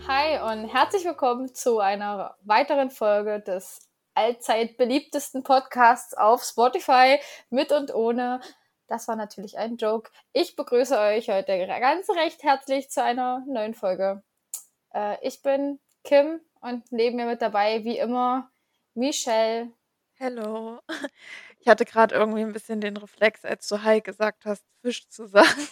Hi und herzlich willkommen zu einer weiteren Folge des allzeit beliebtesten Podcasts auf Spotify mit und ohne. Das war natürlich ein Joke. Ich begrüße euch heute ganz recht herzlich zu einer neuen Folge. Ich bin Kim und neben mir mit dabei, wie immer, Michelle. Hello. Ich hatte gerade irgendwie ein bisschen den Reflex, als du Hi gesagt hast, Fisch zu sagen.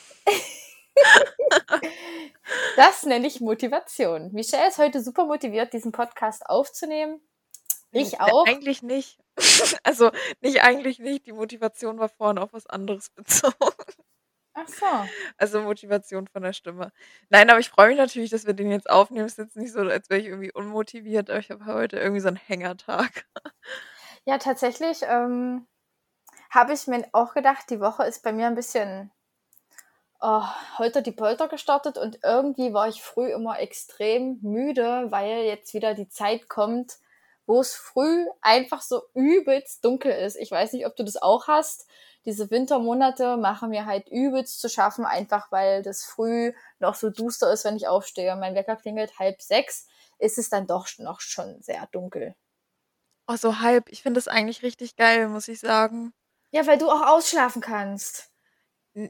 Das nenne ich Motivation. Michelle ist heute super motiviert, diesen Podcast aufzunehmen. Ich auch. Eigentlich nicht. Also, nicht eigentlich nicht. Die Motivation war vorhin auf was anderes bezogen. Ach so. Also, Motivation von der Stimme. Nein, aber ich freue mich natürlich, dass wir den jetzt aufnehmen. Ist jetzt nicht so, als wäre ich irgendwie unmotiviert, aber ich habe heute irgendwie so einen Hängertag. Ja, tatsächlich habe ich mir auch gedacht, die Woche ist bei mir ein bisschen holter die Polter gestartet und irgendwie war ich früh immer extrem müde, weil jetzt wieder die Zeit kommt, wo es früh einfach so übelst dunkel ist. Ich weiß nicht, ob du das auch hast. Diese Wintermonate machen mir halt übelst zu schaffen, einfach weil das früh noch so duster ist, wenn ich aufstehe. Mein Wecker klingelt 5:30, ist es dann doch noch schon sehr dunkel. Oh, so halb. Ich finde das eigentlich richtig geil, muss ich sagen. Ja, weil du auch ausschlafen kannst. N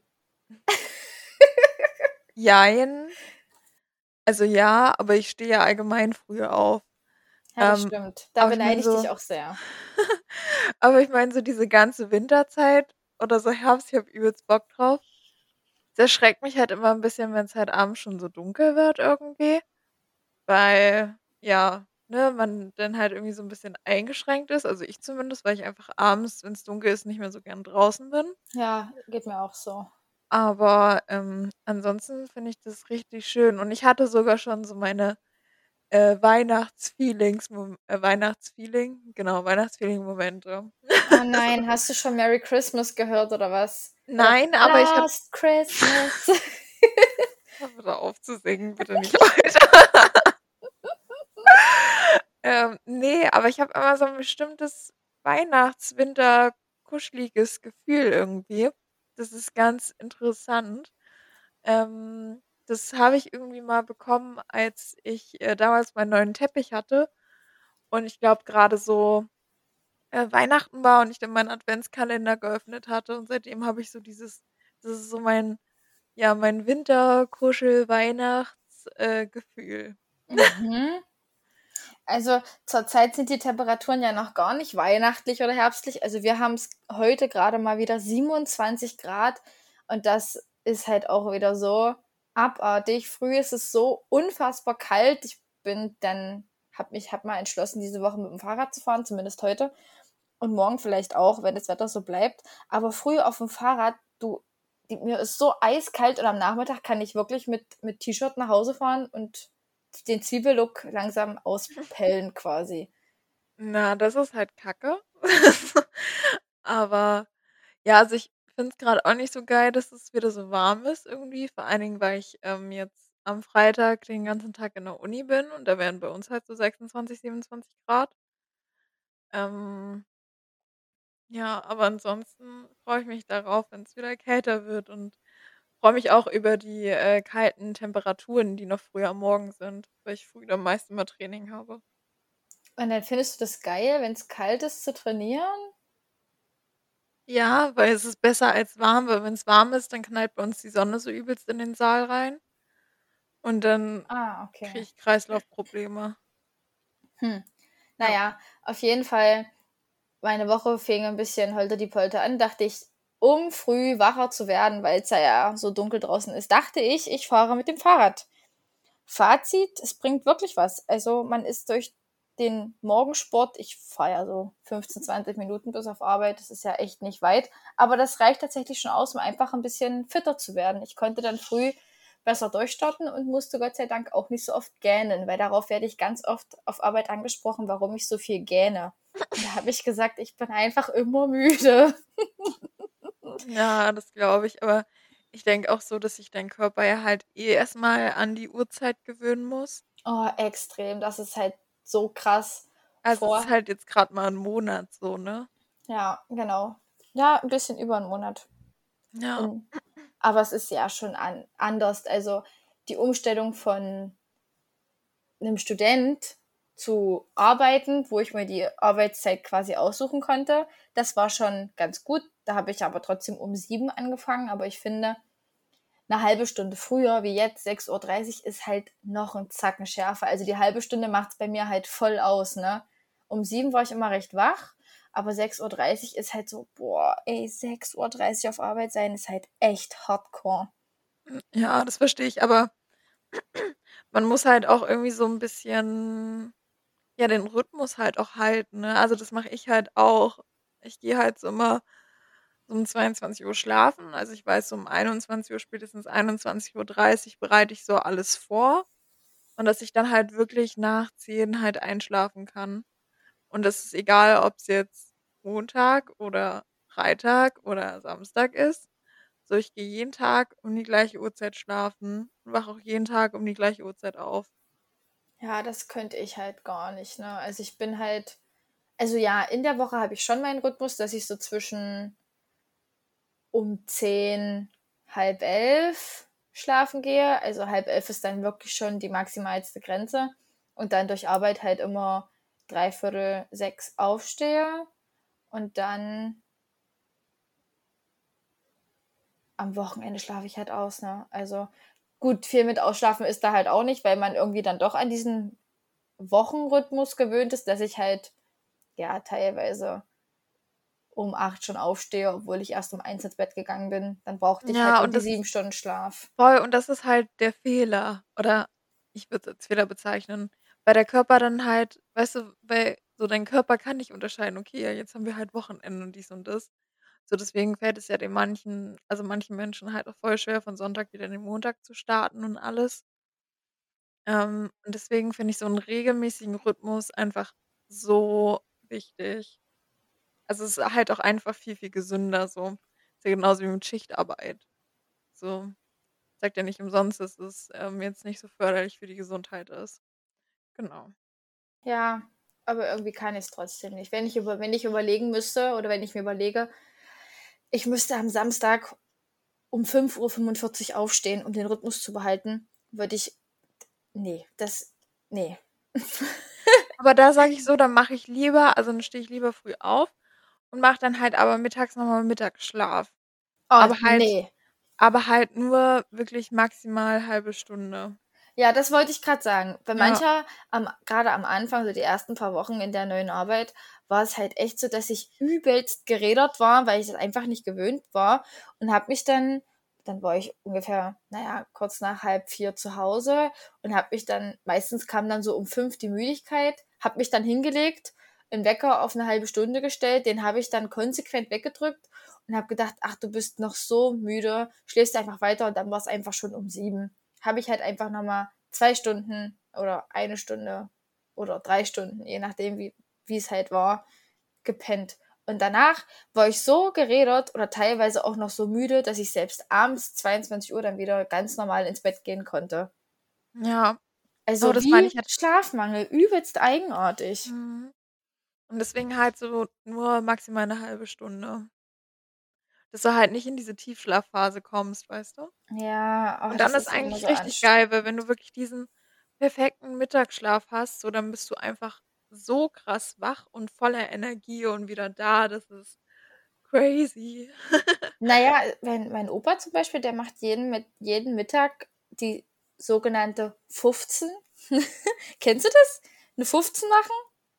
Jein. Also, ja, aber ich stehe ja allgemein früh auf. Ja, das Ähm, stimmt. Da aber ich beneide meine ich dich so auch sehr. aber ich meine so diese ganze Winterzeit oder so Herbst, ich habe übelst Bock drauf. Es erschreckt mich halt immer 'n bisschen, wenn's halt abends schon so dunkel wird irgendwie, weil, ja, ne, man dann halt irgendwie so 'n bisschen eingeschränkt ist. Also, ich zumindest, weil ich einfach abends, wenn's dunkel ist, nicht mehr so gern draußen bin. Ja, geht mir auch so. Aber, ansonsten finde ich das richtig schön und ich hatte sogar schon so meine, Weihnachtsfeeling-Momente. Oh nein, hast du schon Merry Christmas gehört oder was? Oder Nein, aber ich habe Last Christmas? hör bitte auf zu singen, bitte nicht heute. Ne, aber ich habe immer so 'n bestimmtes Weihnachts-Winter-kuscheliges Gefühl irgendwie. Das ist ganz interessant. Das habe ich irgendwie mal bekommen, als ich, damals meinen neuen Teppich hatte und ich glaube grade so, Weihnachten war und ich dann meinen Adventskalender geöffnet hatte und seitdem habe ich so das ist so mein Winterkuschel-Weihnachts Gefühl. Mhm. Also zurzeit sind die Temperaturen ja noch gar nicht weihnachtlich oder herbstlich. Also wir haben es heute gerade mal wieder 27 Grad und das ist halt auch wieder so abartig. Früh ist es so unfassbar kalt. Ich bin dann, hab mal entschlossen, diese Woche mit dem Fahrrad zu fahren, zumindest heute. Und morgen vielleicht auch, wenn das Wetter so bleibt. Aber früh auf dem Fahrrad, mir ist so eiskalt und am Nachmittag kann ich wirklich mit T-Shirt nach Hause fahren und den Zwiebellook langsam auspellen quasi. Na, das ist halt Kacke. Aber ja, also ich finde es grad auch nicht so geil, dass es wieder so warm ist irgendwie, vor allen Dingen, weil ich, jetzt am Freitag den ganzen Tag in der Uni bin und da werden bei uns halt so 26, 27 Grad. Ähm, ja, aber ansonsten freue ich mich darauf, wenn's wieder kälter wird und freue mich auch über die, kalten Temperaturen, die noch früh am Morgen sind, weil ich früh dann meist immer Training habe. Und dann findest du das geil, wenn es kalt ist zu trainieren? Ja, weil es ist besser als warm, weil wenn's warm ist, dann knallt bei uns die Sonne so übelst in den Saal rein und dann Ah, kriege okay. ich Kreislaufprobleme. Hm. Ja. Naja, auf jeden Fall, meine Woche fing ein bisschen holter-die-Polter an, dachte ich, um früh wacher zu werden, weil es ja so dunkel draußen ist, dachte ich fahre mit dem Fahrrad. Fazit, es bringt wirklich was. Also man ist durch den Morgensport, ich fahre ja so 15, 20 Minuten bis auf Arbeit, das ist ja echt nicht weit, aber das reicht tatsächlich schon aus, um einfach ein bisschen fitter zu werden. Ich konnte dann früh besser durchstarten und musste Gott sei Dank auch nicht so oft gähnen, weil darauf werde ich ganz oft auf Arbeit angesprochen, warum ich so viel gähne. Und da habe ich gesagt, ich bin einfach immer müde. Ja, das glaube ich, aber ich denke auch so, dass sich dein Körper ja halt eh erst mal an die Uhrzeit gewöhnen muss. Oh, extrem, das ist halt so krass. Also, es ist halt jetzt grad mal 'n Monat so, ne? Ja, genau. Ja, ein bisschen über 'n Monat. Ja. Und aber es ist ja schon anders. Also, die Umstellung von einem Student zu arbeiten, wo ich mir die Arbeitszeit quasi aussuchen konnte. Das war schon ganz gut. Da habe ich aber trotzdem um 7 angefangen. Aber ich finde, eine halbe Stunde früher, wie jetzt, 6:30 Uhr, ist halt noch ein Zacken schärfer. Also die halbe Stunde macht es bei mir halt voll aus, ne? Um 7 war ich immer recht wach, aber 6:30 Uhr ist halt so, boah, ey, 6:30 Uhr auf Arbeit sein ist halt echt hardcore. Ja, das verstehe ich, aber man muss halt auch irgendwie so ein bisschen, ja, den Rhythmus halt auch halten, ne? Also, das mache ich halt auch. Ich gehe halt so immer so um 22 Uhr schlafen. Also, ich weiß, so um 21 Uhr, spätestens 21:30 Uhr bereite ich so alles vor und dass ich dann halt wirklich nach 10 halt einschlafen kann. Und das ist egal, ob es jetzt Montag oder Freitag oder Samstag ist. So, ich gehe jeden Tag um die gleiche Uhrzeit schlafen und wache auch jeden Tag um die gleiche Uhrzeit auf. Ja, das könnte ich halt gar nicht, ne? Also ich bin halt, also ja, in der Woche habe ich schon meinen Rhythmus, dass ich so zwischen um 10, halb 11 schlafen gehe. Also halb 11 ist dann wirklich schon die maximalste Grenze. Und dann durch Arbeit halt immer dreiviertel 6 aufstehe. Und dann am Wochenende schlafe ich halt aus, ne? Also gut, viel mit Ausschlafen ist da halt auch nicht, weil man irgendwie dann doch an diesen Wochenrhythmus gewöhnt ist, dass ich halt, ja, teilweise um 8 schon aufstehe, obwohl ich erst um 1 ins Bett gegangen bin. Dann brauchte ich halt Ja, nur und die das sieben ist Stunden Schlaf. voll und das ist halt der Fehler oder ich würde es als Fehler bezeichnen, weil der Körper dann halt weißt du, weil so dein Körper kann nicht unterscheiden: „Okay, ja, jetzt haben wir halt Wochenende und dies und das.“ So, deswegen fällt es ja den manchen Menschen halt auch voll schwer, von Sonntag wieder in den Montag zu starten und alles. Und deswegen finde ich so 'n regelmäßigen Rhythmus einfach so wichtig. Also, es ist halt auch einfach viel, viel gesünder so. Ist ja genauso wie mit Schichtarbeit. So, sagt ja nicht umsonst, dass es, jetzt nicht so förderlich für die Gesundheit ist. Genau. Ja, aber irgendwie kann ich es trotzdem nicht. Wenn ich überlegen müsste oder wenn ich mir überlege, ich müsste am Samstag um 5:45 Uhr aufstehen, um den Rhythmus zu behalten, würde ich, nee, das, nee. Aber da sage ich so, dann mache ich lieber dann stehe ich lieber früh auf und mache dann halt aber mittags noch mal Mittagsschlaf. Oh, Aber halt nee. aber halt nur wirklich maximal halbe Stunde. Ja, das wollte ich gerade sagen. Bei Ja. mancher, gerade am Anfang, so die ersten paar Wochen in der neuen Arbeit, war es halt echt so, dass ich übelst gerädert war, weil ich das einfach nicht gewöhnt war und habe mich dann war ich ungefähr, naja, kurz nach 3:30 zu Hause und habe mich dann, meistens kam dann so um 5 die Müdigkeit, habe mich dann hingelegt, 'n Wecker auf eine halbe Stunde gestellt, den habe ich dann konsequent weggedrückt und habe gedacht: „Ach, du bist noch so müde, schläfst einfach weiter“, und dann war es einfach schon um 7. Habe ich halt einfach nochmal 2 Stunden oder eine Stunde oder 3 Stunden, je nachdem, wie es halt war, gepennt. Und danach war ich so gerädert oder teilweise auch noch so müde, dass ich selbst abends 22 Uhr dann wieder ganz normal ins Bett gehen konnte. Ja, aber Also das meine wie ich halt. Schlafmangel, übelst eigenartig. Mhm. Und deswegen halt so nur maximal 'ne halbe Stunde, dass du halt nicht in diese Tiefschlafphase kommst, weißt du? Ja, aber Und dann das ist ist immer eigentlich so richtig geil, anstrengend. weil wenn du wirklich diesen perfekten Mittagsschlaf hast, so, dann bist du einfach so krass wach und voller Energie und wieder da. Das ist crazy. Naja, wenn mein Opa zum Beispiel, der macht jeden Mittag die sogenannte 15. Kennst du das? Eine 15 machen?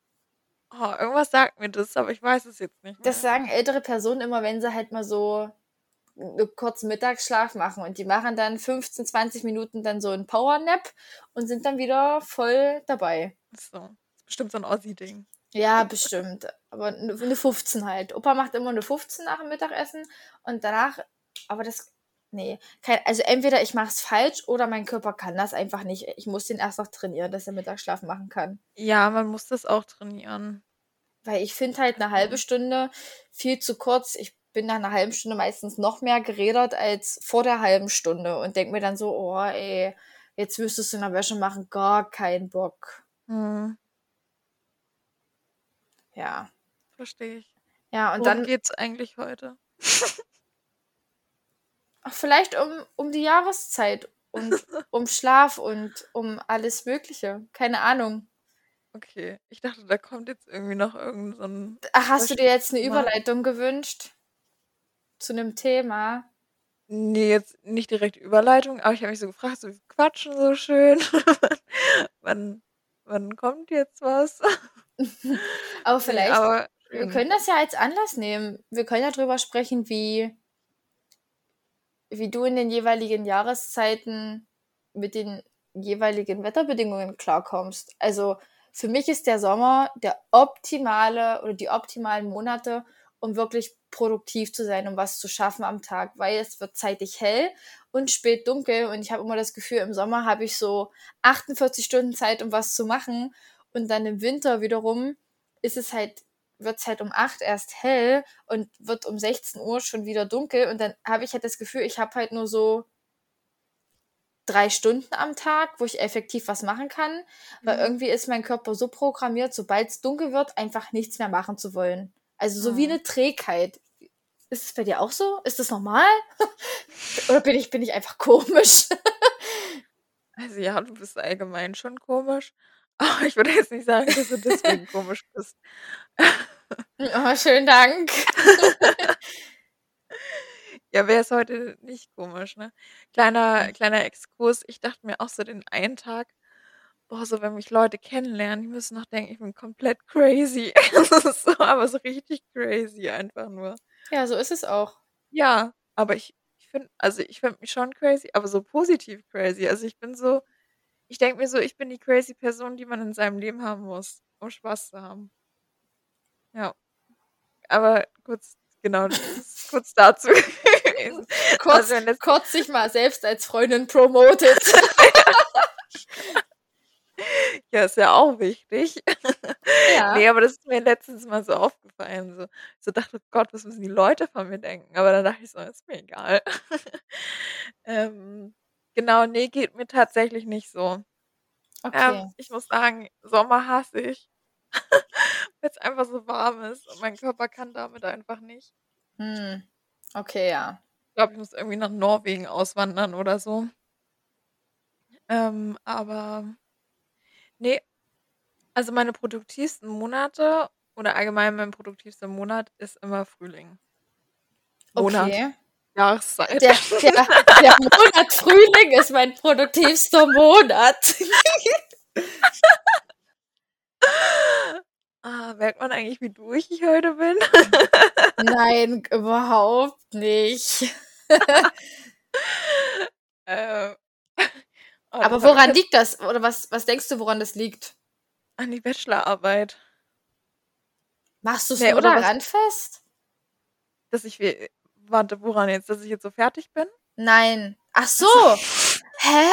Oh, irgendwas sagt mir das, aber ich weiß es jetzt nicht Das mehr. sagen ältere Personen immer, wenn sie halt mal so 'ne kurzen Mittagsschlaf machen, und die machen dann 15, 20 Minuten dann so 'n Powernap und sind dann wieder voll dabei. Ach so, ist bestimmt so 'n Ossi-Ding. Ja, bestimmt, aber 'ne 15 halt. Opa macht immer 'ne 15 nach dem Mittagessen und danach, aber das, ne, also entweder ich mache es falsch oder mein Körper kann das einfach nicht. Ich muss den erst noch trainieren, dass er Mittagsschlaf machen kann. Ja, man muss das auch trainieren. Weil ich finde halt eine halbe So. Stunde viel zu kurz. Ich bin nach einer halben Stunde meistens noch mehr gerädert als vor der halben Stunde und denke mir dann so: „Oh ey, jetzt müsstest du in der Wäsche machen, gar keinen Bock.“ Mhm, Ja. verstehe ich. Ja, und Worum dann, geht's eigentlich heute? ach, vielleicht um die Jahreszeit. und um Schlaf und um alles Mögliche. Keine Ahnung. Okay, ich dachte, da kommt jetzt irgendwie noch irgend so 'n Ach, hast du dir jetzt eine Beispielthema. Überleitung gewünscht zu einem Thema? Ne, jetzt nicht direkt Überleitung, aber ich habe mich so gefragt, so: „Wir quatschen so schön. Wann wann kommt jetzt was?“ Aber Ne, vielleicht, aber wir schön. können das ja als Anlass nehmen. Wir können ja drüber sprechen, wie du in den jeweiligen Jahreszeiten mit den jeweiligen Wetterbedingungen klarkommst. Also für mich ist der Sommer der optimale oder die optimalen Monate, um wirklich produktiv zu sein, um was zu schaffen am Tag, weil es wird zeitig hell und spät dunkel und ich habe immer das Gefühl, im Sommer habe ich so 48 Stunden Zeit, um was zu machen und dann im Winter wiederum ist es halt wird es halt um 8 erst hell und wird um 16 Uhr schon wieder dunkel und dann habe ich halt das Gefühl, ich habe halt nur so 3 Stunden am Tag, wo ich effektiv was machen kann, weil Mhm. irgendwie ist mein Körper so programmiert, sobald es dunkel wird, einfach nichts mehr machen zu wollen. Also so wie Mhm. eine Trägheit. Ist es bei dir auch so? Ist das normal? Oder bin ich einfach komisch? Also, ja, du bist allgemein schon komisch, aber ich würde jetzt nicht sagen, dass du deswegen komisch bist. Oh, schönen Dank. Ja, wer ist heute nicht komisch, ne? Kleiner Exkurs. Ich dachte mir auch so den einen Tag: „Boah, so wenn mich Leute kennenlernen, die müssen noch denken, ich bin komplett crazy.“ Das ist so, aber so richtig crazy einfach nur. Ja, so ist es auch. Ja, aber ich finde mich schon crazy, aber so positiv crazy. Also, ich denke mir so, ich bin die crazy Person, die man in seinem Leben haben muss, um Spaß zu haben. Ja, aber das ist kurz dazu gewesen. Also, Kurz, wenn das kurz sich mal selbst als Freundin promotet. ja, ist ja auch wichtig. Ja. Ne, aber das ist mir letztens mal so aufgefallen, so dachte: „Oh Gott, was müssen die Leute von mir denken?“ Aber dann dachte ich so: „Ist mir egal.“ Ähm, genau, ne, geht mir tatsächlich nicht so. Okay. Ich muss sagen, Sommer hasse ich, weil's einfach so warm ist und mein Körper kann damit einfach nicht. Hm. Okay, ja. Ich glaube, ich muss irgendwie nach Norwegen auswandern oder so. Aber ne, also meine produktivsten Monate oder allgemein mein produktivster Monat ist immer Frühling. Monat, Okay. Jahreszeit. Der Monat Frühling ist mein produktivster Monat. Merkt man eigentlich, wie durch ich heute bin? Nein, überhaupt nicht. Äh, das Aber habe ich woran jetzt liegt das? Oder was denkst du, woran das liegt? an die Bachelorarbeit. Machst du es Ne, nur oder was, daran fest? dass ich warte, woran jetzt? Dass ich jetzt so fertig bin? Nein. Ach Ach so. so. Hä?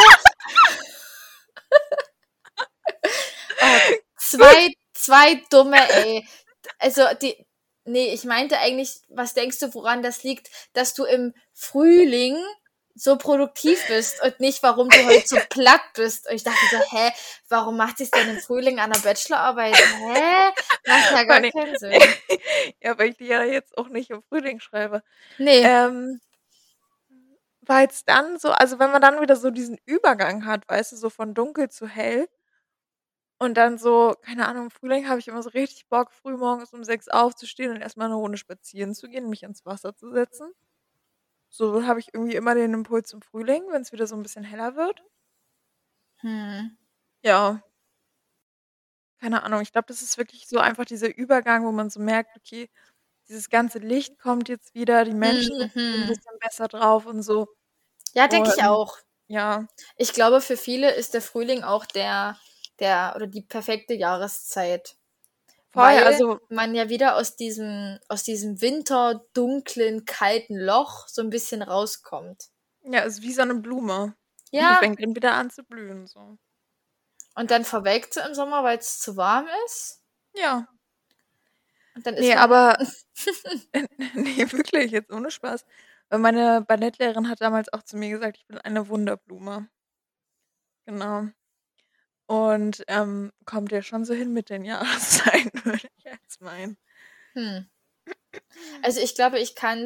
Oh, Gut. zwei dumme, ey. Also nee, ich meinte eigentlich, was denkst du, woran das liegt, dass du im Frühling so produktiv bist und nicht, warum du heute so platt bist. Und ich dachte so, hä, warum macht sie's denn im Frühling an der Bachelorarbeit? Hä? Macht ja Vor gar allen keinen Dingen Sinn. ja, weil ich die ja jetzt auch nicht im Frühling schreibe. Nee. Ähm, weil's dann so, also, wenn man dann wieder so diesen Übergang hat, weißt du, so von dunkel zu hell und dann so, keine Ahnung, im Frühling habe ich immer so richtig Bock, früh morgens um 6 aufzustehen und erst mal 'ne Runde spazieren zu gehen, mich ins Wasser zu setzen. So habe ich irgendwie immer den Impuls im Frühling, wenn's wieder so 'n bisschen heller wird. Hm. Ja, keine Ahnung. Ich glaube, das ist wirklich so einfach dieser Übergang, wo man so merkt: „Okay, dieses ganze Licht kommt jetzt wieder, die Menschen sind so 'n Mhm. bisschen besser drauf und so.“ Ja, denke ich Und auch. ja, Ich glaube, für viele ist der Frühling auch der oder die perfekte Jahreszeit. voll, Weil also man ja wieder aus diesem Winter dunklen, kalten Loch so ein bisschen rauskommt. ja, ist wie so 'ne Blume. Und die Ja, fängt dann wieder an zu blühen so. und Ja. dann verwelkt sie im Sommer, weil es zu warm ist. Ja. Und dann ist Ne, man aber ne, wirklich, jetzt ohne Spaß. Weil meine Ballettlehrerin hat damals auch zu mir gesagt, ich bin eine Wunderblume. Genau. Und, kommt ja schon so hin mit den Jahreszeiten, würde ich jetzt meinen. hm. Also, ich glaube, ich kann's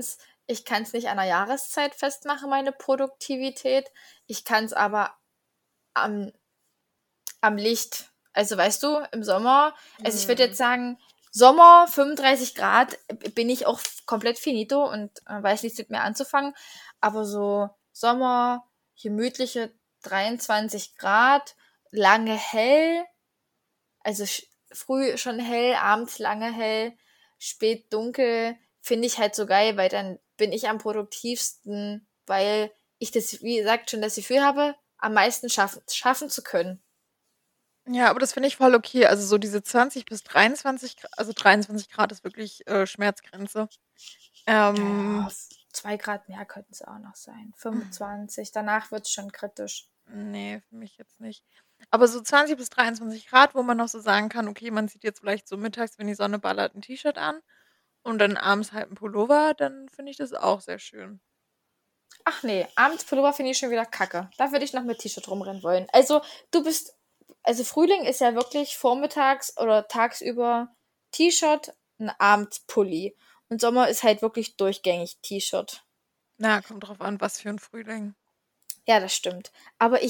Ich kann es nicht an der Jahreszeit festmachen, meine Produktivität. Ich kann es aber am, am Licht. Also weißt du, im Sommer, also ich würde jetzt Mhm. sagen, Sommer 35 Grad bin ich auch komplett finito und weiß nichts mit mir anzufangen. Aber so Sommer, gemütliche 23 Grad, lange hell, also früh schon hell, abends lange hell, spät dunkel, finde ich halt so geil, weil dann bin ich am produktivsten, weil ich das, wie gesagt, schon das Gefühl habe, am meisten schaffen zu können. Ja, aber das finde ich voll okay. Also so diese 20 bis 23 Grad, also 23 Grad ist wirklich Schmerzgrenze. Ja, Ähm, 2 Grad mehr könnten es auch noch sein. 25, danach wird es schon kritisch. nee, für mich jetzt nicht. Aber so 20 bis 23 Grad, wo man noch so sagen kann, okay, man zieht jetzt vielleicht so mittags, wenn die Sonne ballert, ein T-Shirt an und dann abends halt ein Pullover, dann finde ich das auch sehr schön. Ach nee, abends Pullover finde ich schon wieder kacke. Da würde ich noch mit T-Shirt rumrennen wollen. Also, du bist, also Frühling ist ja wirklich vormittags oder tagsüber T-Shirt, ein Abendpulli. Und Sommer ist halt wirklich durchgängig T-Shirt. Na, kommt drauf an, was für ein Frühling. Ja, das stimmt. Aber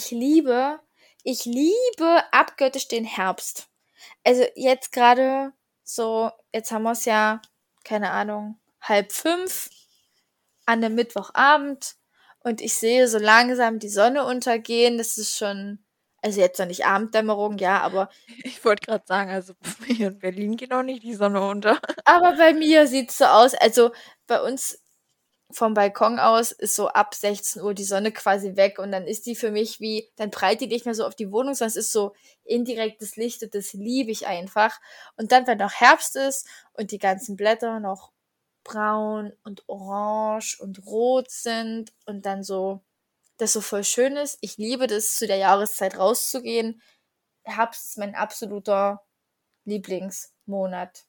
ich liebe abgöttisch den Herbst. Also jetzt gerade so, jetzt haben wir es ja, keine Ahnung, 4:30 an einem Mittwochabend und ich sehe so langsam die Sonne untergehen. Das ist schon, also jetzt noch nicht Abenddämmerung, ja, Ich wollte gerade sagen, also hier in Berlin geht auch nicht die Sonne unter. aber bei mir sieht's so aus. Also bei uns vom Balkon aus ist so ab 16 Uhr die Sonne quasi weg und dann ist die für mich wie, dann prallt die nicht mehr so auf die Wohnung, sondern es ist so indirektes Licht und das liebe ich einfach. Und dann, wenn noch Herbst ist und die ganzen Blätter noch braun und orange und rot sind und dann so, das so voll schön ist. Ich liebe das, zu der Jahreszeit rauszugehen. Herbst ist mein absoluter Lieblingsmonat.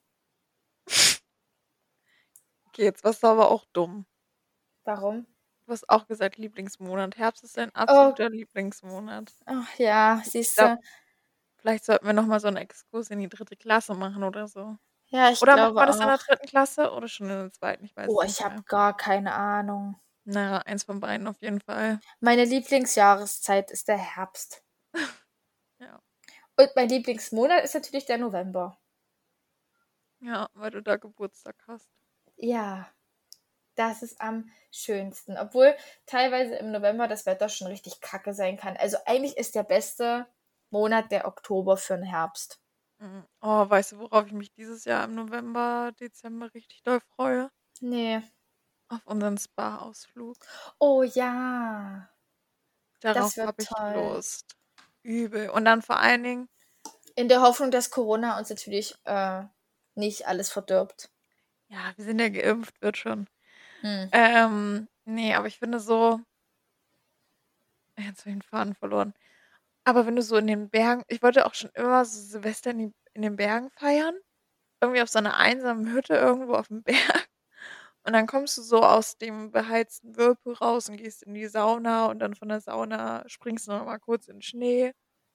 Okay, jetzt warst du aber auch dumm. Warum? Du hast auch gesagt Lieblingsmonat. Herbst ist dein Oh, absoluter Lieblingsmonat. ach ja, Ich siehst glaube, du. vielleicht sollten wir noch mal so 'n Exkurs in die 3. Klasse machen oder so. Ja, ich Oder macht glaube man das in auch. der 3. Klasse oder schon in der 2.? Ich weiß Oh, es ich nicht habe mehr. gar keine Ahnung. Na ja, eins von beiden auf jeden Fall. Meine Lieblingsjahreszeit ist der Herbst. Ja. Und mein Lieblingsmonat ist natürlich der November. Ja, weil du da Geburtstag hast. Ja, das ist am schönsten. Obwohl teilweise im November das Wetter schon richtig kacke sein kann. Also eigentlich ist der beste Monat der Oktober für den Herbst. Mhm. Oh, weißt du, worauf ich mich dieses Jahr im November, Dezember richtig doll freue? Nee. Auf unseren Spa-Ausflug. Oh ja, Darauf das wird habe ich toll. Lust. Übel. Und dann vor allen Dingen In der Hoffnung, dass Corona uns natürlich nicht alles verdirbt. ja, wir sind ja geimpft, wird schon. Hm. Ne, aber ich finde so jetzt habe ich den Faden verloren. Aber wenn du so in den Bergen ich wollte auch schon immer so Silvester in den Bergen feiern, irgendwie auf so 'ner einsamen Hütte irgendwo auf'm Berg. Und dann kommst du so aus dem beheizten Whirlpool raus und gehst in die Sauna und dann von der Sauna springst du noch mal kurz in 'n Schnee.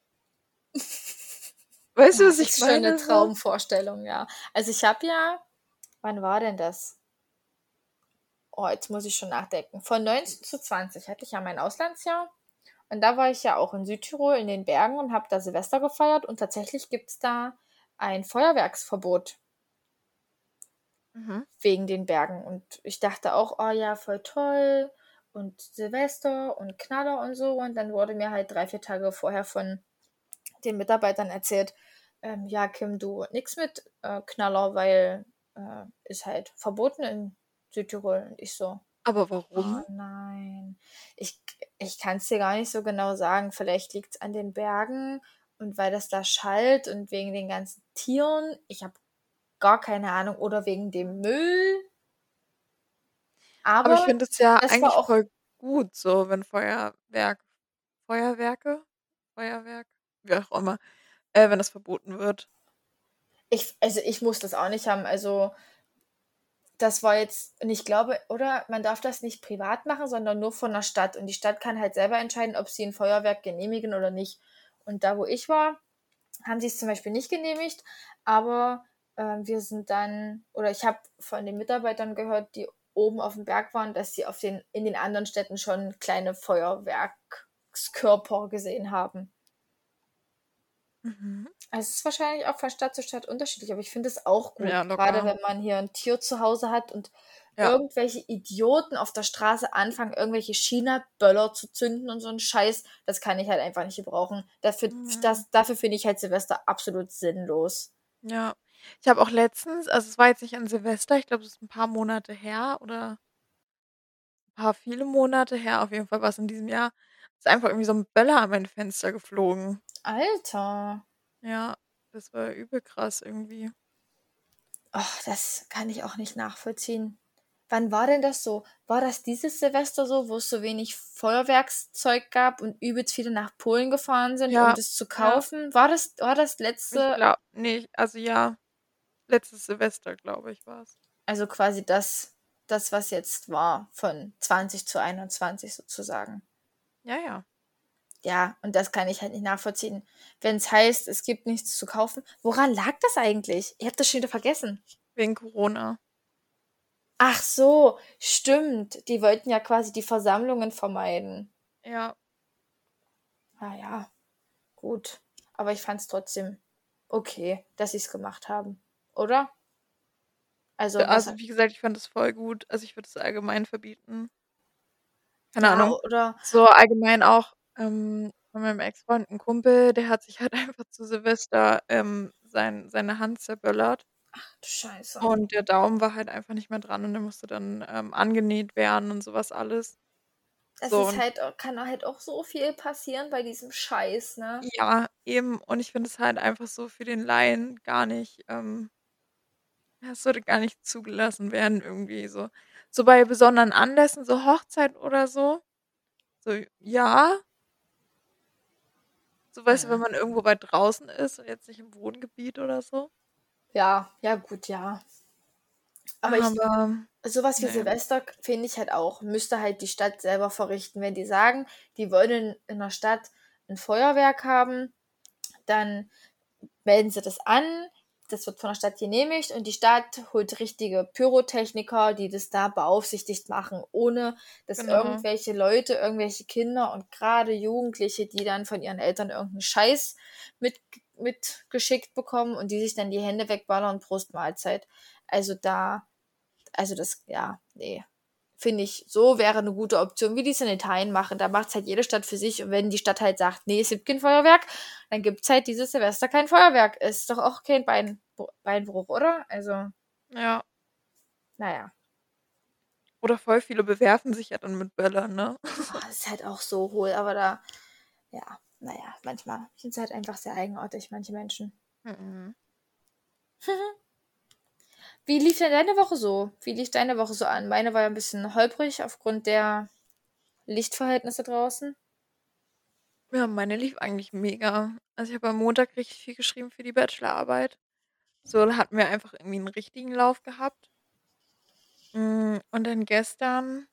Weißt du, Ja, was ich das ist schon eine meine so? Traumvorstellung, ja. Also ich habe ja, wann war denn das? Oh, jetzt muss ich schon nachdenken. Von 19 zu 20 hatte ich ja mein Auslandsjahr. Und da war ich ja auch in Südtirol in den Bergen und habe da Silvester gefeiert. Und tatsächlich gibt's da ein Feuerwerksverbot Mhm. wegen den Bergen. Und ich dachte auch, oh ja, voll toll. Und Silvester und Knaller und so. Und dann wurde mir halt 3, 4 Tage vorher von den Mitarbeitern erzählt, ja, Kim, du nix mit Knaller, weil ist halt verboten in Südtirol. Und ich so, Aber oh warum? nein. Ich, ich kann es dir gar nicht so genau sagen. Vielleicht liegt es an den Bergen und weil das da schallt und wegen den ganzen Tieren. Ich habe gar keine Ahnung. Oder wegen dem Müll. Aber ich Aber finde es ja das war eigentlich auch, voll gut so, wenn Feuerwerke, Feuerwerk, wie auch immer, wenn das verboten wird. also ich muss das auch nicht haben. Also das war jetzt, und ich glaube, oder man darf das nicht privat machen, sondern nur von der Stadt. Und die Stadt kann halt selber entscheiden, ob sie ein Feuerwerk genehmigen oder nicht. Und da, wo ich war, haben sie es zum Beispiel nicht genehmigt, aber wir sind dann, oder ich habe von den Mitarbeitern gehört, die oben auf dem Berg waren, dass sie in den anderen Städten schon kleine Feuerwerkskörper gesehen haben. Mhm. Also es ist wahrscheinlich auch von Stadt zu Stadt unterschiedlich, aber ich finde es auch Ja, gut, gerade locker. wenn man hier ein Tier zu Hause hat und Ja. irgendwelche Idioten auf der Straße anfangen, irgendwelche China-Böller zu zünden und so ein Scheiß, das kann ich halt einfach nicht gebrauchen. Mhm. Dafür finde ich halt Silvester absolut sinnlos. Ja. Ich habe auch letztens, also es war jetzt nicht an Silvester, ich glaube, das ist ein paar Monate her oder viele Monate her, auf jeden Fall war's in diesem Jahr, ist einfach irgendwie so 'n Böller an mein Fenster geflogen. Alter. Ja, das war übel krass irgendwie. Ach, das kann ich auch nicht nachvollziehen. Wann war denn das so? War das dieses Silvester so, wo es so wenig Feuerwerkszeug gab und übelst viele nach Polen gefahren sind, um Ja, das zu ja, kaufen? War das ich letzte, glaube ne, also ja, letztes Silvester, glaube ich, war's. also quasi das, was jetzt war, von 20 zu 21 sozusagen? Ja, ja, Ja, und das kann ich halt nicht nachvollziehen. Wenn es heißt, es gibt nichts zu kaufen. Woran lag das eigentlich? Ich habe das schon wieder vergessen. wegen Corona. Ach so, stimmt. Die wollten ja quasi die Versammlungen vermeiden. Ja, Ah ja, gut. Aber ich fand's trotzdem okay, dass sie's gemacht haben, oder? Also, was also wie gesagt, ich fand das voll gut. Also, ich würde es allgemein verbieten. Keine ja, Ahnung. oder So allgemein auch, von meinem Ex-Freund 'n Kumpel, der hat sich halt einfach zu Silvester, seine Hand zerböllert du Scheiße. und der Daumen war halt einfach nicht mehr dran und der musste dann, angenäht werden und so was alles. Es So ist und halt kann halt auch so viel passieren bei diesem Scheiß, ne? ja, eben. Und ich finde es halt einfach so für den Laien gar nicht, ja, es sollte gar nicht zugelassen werden irgendwie so. So bei besonderen Anlässen, so Hochzeit oder so, so ja, so weißt du, wenn Mhm. man irgendwo weit draußen ist und jetzt nicht im Wohngebiet oder so. Ja, ja gut, ja. Aber Aber sowas wie ne, Silvester finde ich halt auch, müsste halt die Stadt selber verrichten. Wenn die sagen, die wollen in der Stadt ein Feuerwerk haben, dann melden sie das an, das wird von der Stadt genehmigt und die Stadt holt richtige Pyrotechniker, die das da beaufsichtigt machen, ohne dass genau. irgendwelche Leute, irgendwelche Kinder und gerade Jugendliche, die dann von ihren Eltern irgendeinen Scheiß mitgeschickt bekommen und die sich dann die Hände wegballern, Prost Mahlzeit. Also das, ja, nee. Finde ich, so wäre eine gute Option, wie die es in Italien machen. Da macht es halt jede Stadt für sich. Und wenn die Stadt halt sagt, nee, es gibt kein Feuerwerk, dann gibt es halt dieses Silvester kein Feuerwerk. Ist doch auch kein Beinbruch, oder? Also, Ja. naja. Oder voll viele bewerfen sich ja dann mit Böllern, ne? Oh, das ist halt auch so hohl, aber ja, naja, manchmal sind sie halt einfach sehr eigenartig, manche Menschen. Mhm. Wie lief denn deine Woche so? Wie lief deine Woche so an? Meine war ja ein bisschen holprig aufgrund der Lichtverhältnisse draußen. Ja, meine lief eigentlich mega. Also, ich habe am Montag richtig viel geschrieben für die Bachelorarbeit. So, da hatten wir einfach irgendwie 'n richtigen Lauf gehabt. Und dann gestern,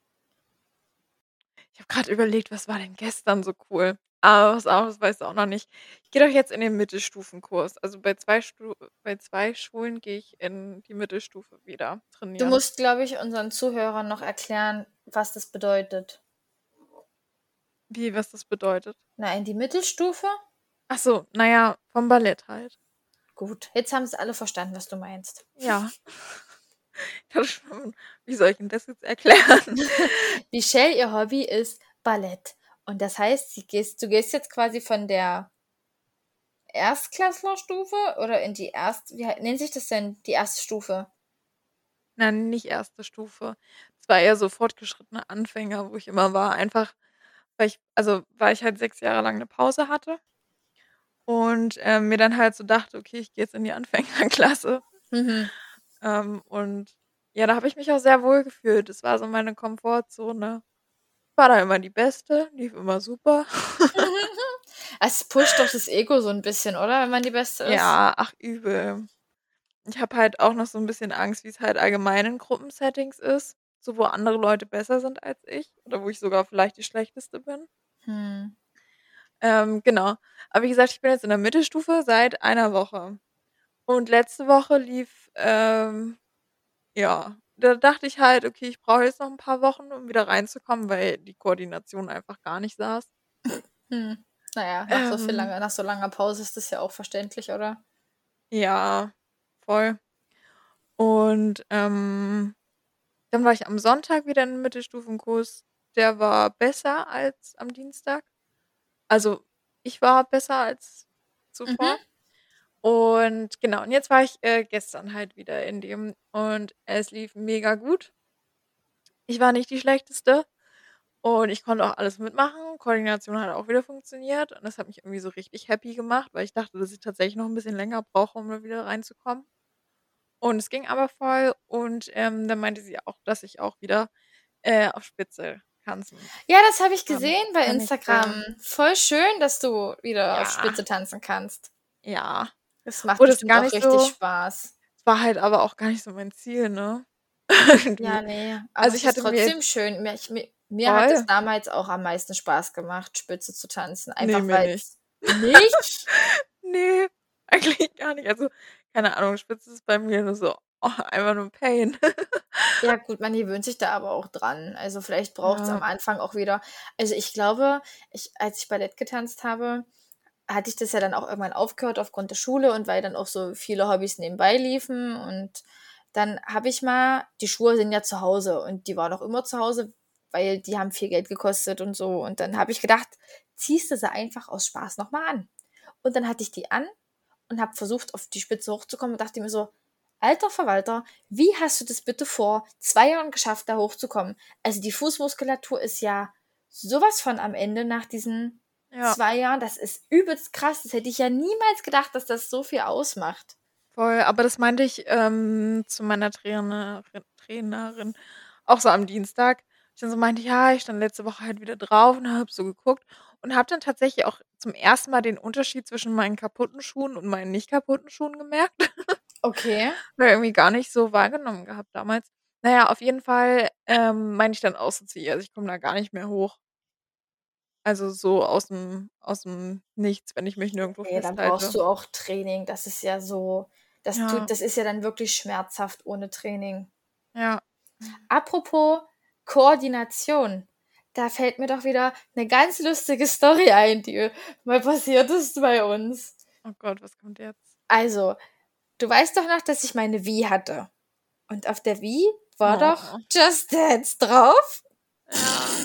ich habe grad überlegt, was war denn gestern so cool? Aber das weißt du auch noch nicht. Ich gehe doch jetzt in den Mittelstufenkurs. Also, bei 2 Schulen gehe ich in die Mittelstufe wieder Du trainieren. musst, glaube ich, unseren Zuhörern noch erklären, was das bedeutet. Wie, was das bedeutet? Nein, die Mittelstufe? Ach so, na ja, vom Ballett halt. Gut, jetzt haben es alle verstanden, was du meinst. Ja. Ich dachte schon, wie soll ich denn das jetzt erklären? Michelle, ihr Hobby ist Ballett. Und das heißt, du gehst jetzt quasi von der Erstklässlerstufe oder in die wie nennt sich das denn, die erste Stufe? Nein, nicht erste Stufe. Es war eher so fortgeschrittene Anfänger, wo ich immer war, einfach weil ich halt 6 Jahre lang 'ne Pause hatte und, mir dann halt so dachte: „Okay, ich gehe jetzt in die Anfängerklasse.“ Mhm. Und ja, da habe ich mich auch sehr wohl gefühlt. Das war so meine Komfortzone. War da immer die Beste, lief immer super. Es pusht doch das Ego so ein bisschen, oder, wenn man die Beste ist? Ja, ach übel. Ich habe halt auch noch so 'n bisschen Angst, wie's halt allgemein in Gruppensettings ist, so wo andere Leute besser sind als ich oder wo ich sogar vielleicht die Schlechteste bin. Hm. Genau. Aber wie gesagt, ich bin jetzt in der Mittelstufe seit einer Woche und letzte Woche lief, ja. da dachte ich halt: „Okay, ich brauche jetzt noch ein paar Wochen, um wieder reinzukommen“, weil die Koordination einfach gar nicht saß. Hm. Na ja, Ähm, nach so langer Pause ist das ja auch verständlich, oder? ja, voll. Und, dann war ich am Sonntag wieder in 'nem Mittelstufenkurs. Der war besser als am Dienstag. Also, ich war besser als Mhm. zuvor. Und genau, und jetzt war ich, gestern halt wieder in dem und es lief mega gut. Ich war nicht die Schlechteste und ich konnte auch alles mitmachen. Koordination hat auch wieder funktioniert und das hat mich irgendwie so richtig happy gemacht, weil ich dachte, dass ich tatsächlich noch 'n bisschen länger brauche, um da wieder reinzukommen. Und es ging aber voll und, dann meinte sie auch, dass ich auch wieder, auf Spitze tanzen Ja, das habe ich kann. gesehen bei Und ich so: Instagram. Voll schön, dass du wieder auf „Ja, Spitze tanzen kannst. ja.“ Das macht Und das ist bestimmt gar auch nicht richtig so Spaß. es war halt aber auch gar nicht so mein Ziel, ne? Ja, Irgendwie. ne, aber Also, es ich ist hatte mir trotzdem jetzt schön. Mir hat es voll. damals auch am meisten Spaß gemacht, Spitze zu tanzen, Ne, einfach mir nicht. weil's nicht? Ne, eigentlich gar nicht. Also, keine Ahnung, Spitze ist bei mir nur so, einfach nur Pain. Ja gut, man gewöhnt sich da aber auch dran. Also, vielleicht braucht's am Ja, Anfang auch wieder also, ich glaube, als ich Ballett getanzt habe, hatte ich das ja dann auch irgendwann aufgehört aufgrund der Schule und weil dann auch so viele Hobbys nebenbei liefen und dann habe ich mal die Schuhe sind ja zu Hause und die waren auch immer zu Hause, weil die haben viel Geld gekostet und so und dann habe ich gedacht: „Ziehst du sie einfach aus Spaß noch mal an.“ Und dann hatte ich die an und habe versucht, auf die Spitze hochzukommen und dachte mir so: „Alter Verwalter, wie hast du das bitte vor 2 Jahren geschafft, da hochzukommen?“ Also, die Fußmuskulatur ist ja sowas von am Ende nach diesen ja, 2 Jahren. Das ist übelst krass. Das hätte ich ja niemals gedacht, dass das so viel ausmacht. voll. Aber das meinte ich, zu meiner Trainerin auch so am Dienstag. Ich dann so meinte: „Ja, ich stand letzte Woche halt wieder drauf und habe so geguckt“ und habe dann tatsächlich auch zum ersten Mal den Unterschied zwischen meinen kaputten Schuhen und meinen nicht kaputten Schuhen gemerkt. Okay. Habe irgendwie gar nicht so wahrgenommen gehabt damals. Na ja, auf jeden Fall, meinte ich dann auch so zu ihr: „Also, ich komme da gar nicht mehr hoch.“ Also, so aus'm Nichts, wenn ich mich nirgendwo Ne, dann brauchst festhalte. du auch Training. Das ist ja so Ja, das ist ja dann wirklich schmerzhaft ohne Training. ja. Mhm. Apropos Koordination, da fällt mir doch wieder 'ne ganz lustige Story ein, die mal passiert ist bei uns. Oh Gott, was kommt jetzt? Also, du weißt doch noch, dass ich meine Wii hatte und auf der Wii war doch Oh, Just Dance drauf ja.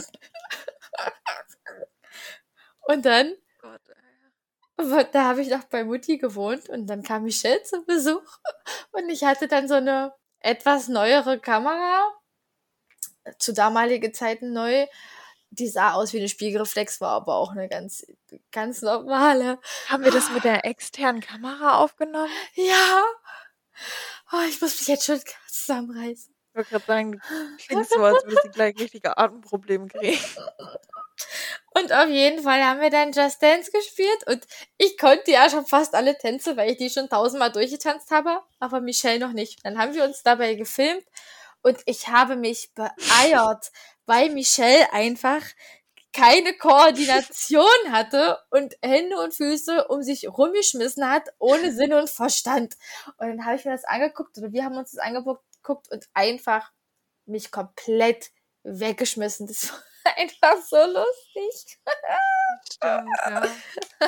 und dann Gott, ey. da habe ich noch bei Mutti gewohnt und dann kam Michelle zu Besuch und ich hatte dann so 'ne etwas neuere Kamera, zu damalige Zeiten neu. Die sah aus wie 'ne Spiegelreflex, war aber auch 'ne ganz normale. Haben wir das mit der externen Kamera aufgenommen? Ja, oh, ich muss mich jetzt schon zusammenreißen. Ich wollte grad sagen, du klingst so, als würdest du gleich richtige Atemprobleme kriegen. Und auf jeden Fall haben wir dann Just Dance gespielt und ich konnte ja schon fast alle Tänze, weil ich die schon tausendmal durchgetanzt habe, aber Michelle noch nicht. Dann haben wir uns dabei gefilmt und ich habe mich beeiert, weil Michelle einfach keine Koordination hatte und Hände und Füße um sich rumgeschmissen hat, ohne Sinn und Verstand. Und dann habe ich mir das angeguckt, oder wir haben uns das angeguckt und einfach mich komplett weggeschmissen. Das war einfach so lustig. Stimmt, ja.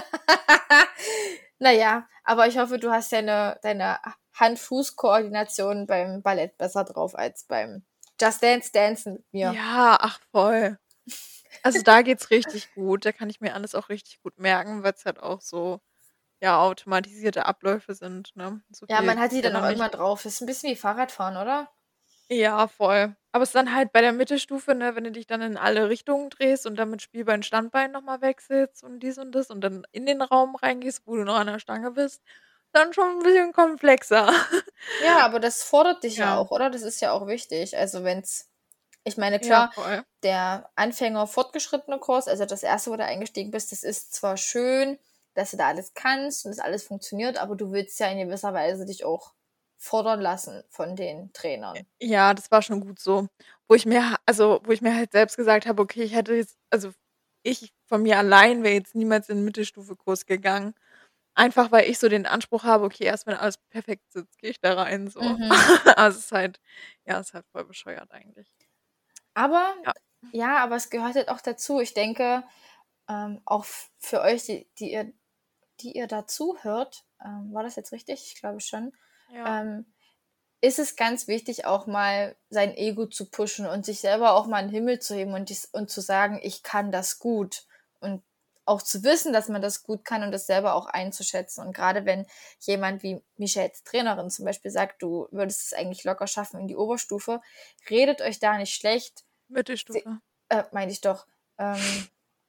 Naja, aber ich hoffe, du hast deine Hand-Fuß-Koordination beim Ballett besser drauf als beim Just Dance Dancen mit mir. Ja, ach voll. Also, da geht's richtig gut. Da kann ich mir alles auch richtig gut merken, weil's halt auch so, ja, automatisierte Abläufe sind, ne? So Ja, viel man hat gibt's die ja dann auch dann nicht. irgendwann drauf. Das ist ein bisschen wie Fahrradfahren, oder? Ja, voll. Aber es ist dann halt bei der Mittelstufe, ne, wenn du dich dann in alle Richtungen drehst und dann mit Spielbein, Standbein noch mal wechselst und dies und das und dann in den Raum reingehst, wo du noch an der Stange bist, dann schon 'n bisschen komplexer. Ja, aber das fordert dich ja Ja, auch, oder? Das ist ja auch wichtig. Also, wenn's ich meine, ja, klar, voll. der Anfänger-fortgeschrittene Kurs, also das erste, wo du eingestiegen bist, das ist zwar schön, dass du da alles kannst und das alles funktioniert, aber du willst ja in gewisser Weise dich auch fordern lassen von den Trainern. Ja, das war schon gut so. Wo ich mir halt selbst gesagt habe: „Okay, ich hätte jetzt“ also, ich von mir allein wäre jetzt niemals in 'n Mittelstufekurs gegangen. Einfach, weil ich so den Anspruch habe, okay, erst wenn alles perfekt sitzt, gehe ich da rein so. Mhm. Also, es ist halt voll bescheuert eigentlich. Aber Ja. ja, aber es gehört halt auch dazu. Ich denke, auch für euch, die ihr dazu hört, war das jetzt richtig? Ich glaube schon. Ja. Ähm, ist es ganz wichtig, auch mal sein Ego zu pushen und sich selber auch mal in den Himmel zu heben und zu sagen, ich kann das gut. Und auch zu wissen, dass man das gut kann und das selber auch einzuschätzen. Und gerade wenn jemand wie Michelles Trainerin zum Beispiel sagt, du würdest es eigentlich locker schaffen in die Oberstufe, redet euch da nicht schlecht. Mittelstufe. Meine ich doch. Ähm,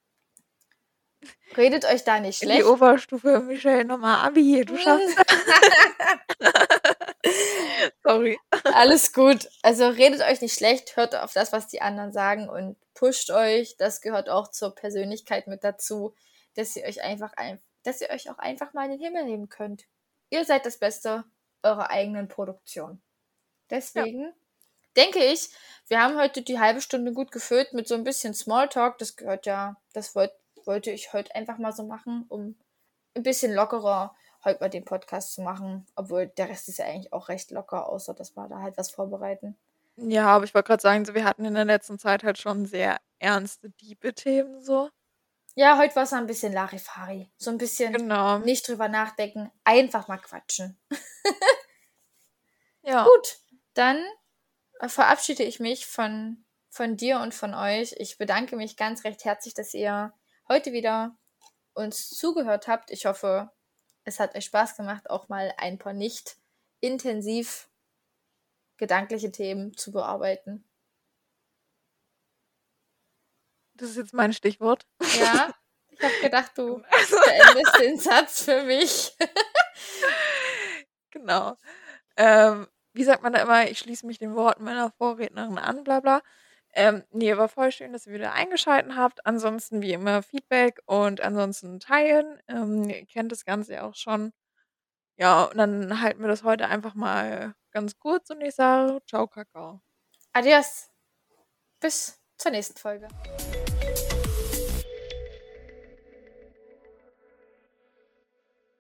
redet euch da nicht In die schlecht. Oberstufe, Michelle, nochmal Abi, du schaffst das. Sorry. Alles gut. Also redet euch nicht schlecht, hört auf das, was die anderen sagen und pusht euch. Das gehört auch zur Persönlichkeit mit dazu, dass ihr euch auch einfach mal in den Himmel heben könnt. Ihr seid das Beste eurer eigenen Produktion. Ja. Deswegen denke ich, wir haben heute die halbe Stunde gut gefüllt mit so ein bisschen Smalltalk. Das wollte ich heute einfach mal so machen, um ein bisschen lockerer heute mal den Podcast zu machen. Obwohl der Rest ist ja eigentlich auch recht locker, außer dass wir da halt was vorbereiten. Ja, aber ich wollte gerade sagen, so wir hatten in der letzten Zeit halt schon sehr ernste, diepe Themen so. Ja, heute war es ein bisschen Larifari. So ein bisschen Genau. nicht drüber nachdenken, einfach mal quatschen. Ja. Gut, dann verabschiede ich mich von dir und von euch. Ich bedanke mich ganz recht herzlich, dass ihr heute wieder uns zugehört habt. Ich hoffe, es hat euch Spaß gemacht, auch mal ein paar nicht intensiv gedankliche Themen zu bearbeiten. Das ist jetzt mein Stichwort. Ja, ich habe gedacht, du Also, beendest den Satz für mich. genau. Wie sagt man da immer? Ich schließe mich den Worten meiner Vorrednerin an, bla bla. Ne, war voll schön, dass ihr wieder eingeschalten habt. Ansonsten wie immer Feedback und ansonsten teilen. Ihr kennt das Ganze ja auch schon. Ja, und dann halten wir das heute einfach mal ganz kurz und ich sage: „Ciao, Kakao.“ Adios. Bis zur nächsten Folge.